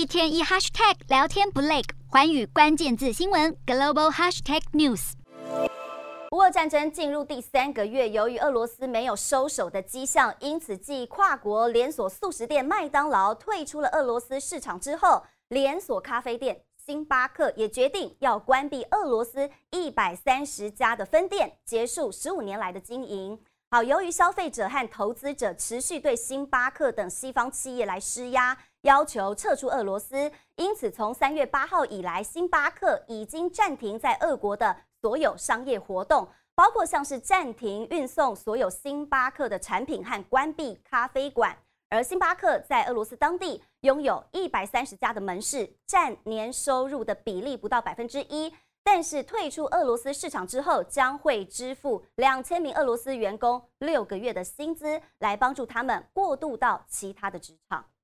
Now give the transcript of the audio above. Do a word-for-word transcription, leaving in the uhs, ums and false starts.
天一 hashtag 聊天不累，寰宇关键字新闻 global hashtag news。 乌俄战争进入第三个月，由于俄罗斯没有收手的迹象，因此继跨国连锁速食店麦当劳退出了俄罗斯市场之后，连锁咖啡店星巴克也决定要关闭俄罗斯一百三十家的分店，结束十五年来的经营。好，由于消费者和投资者持续对星巴克等西方企业来施压，要求撤出俄罗斯，因此从三月八号以来，星巴克已经暂停在俄国的所有商业活动，包括像是暂停运送所有星巴克的产品和关闭咖啡馆。而星巴克在俄罗斯当地拥有一百三十家的门市，占年收入的比例不到百分之一。但是退出俄罗斯市场之后，将会支付两千名俄罗斯员工六个月的薪资，来帮助他们过渡到其他的职场。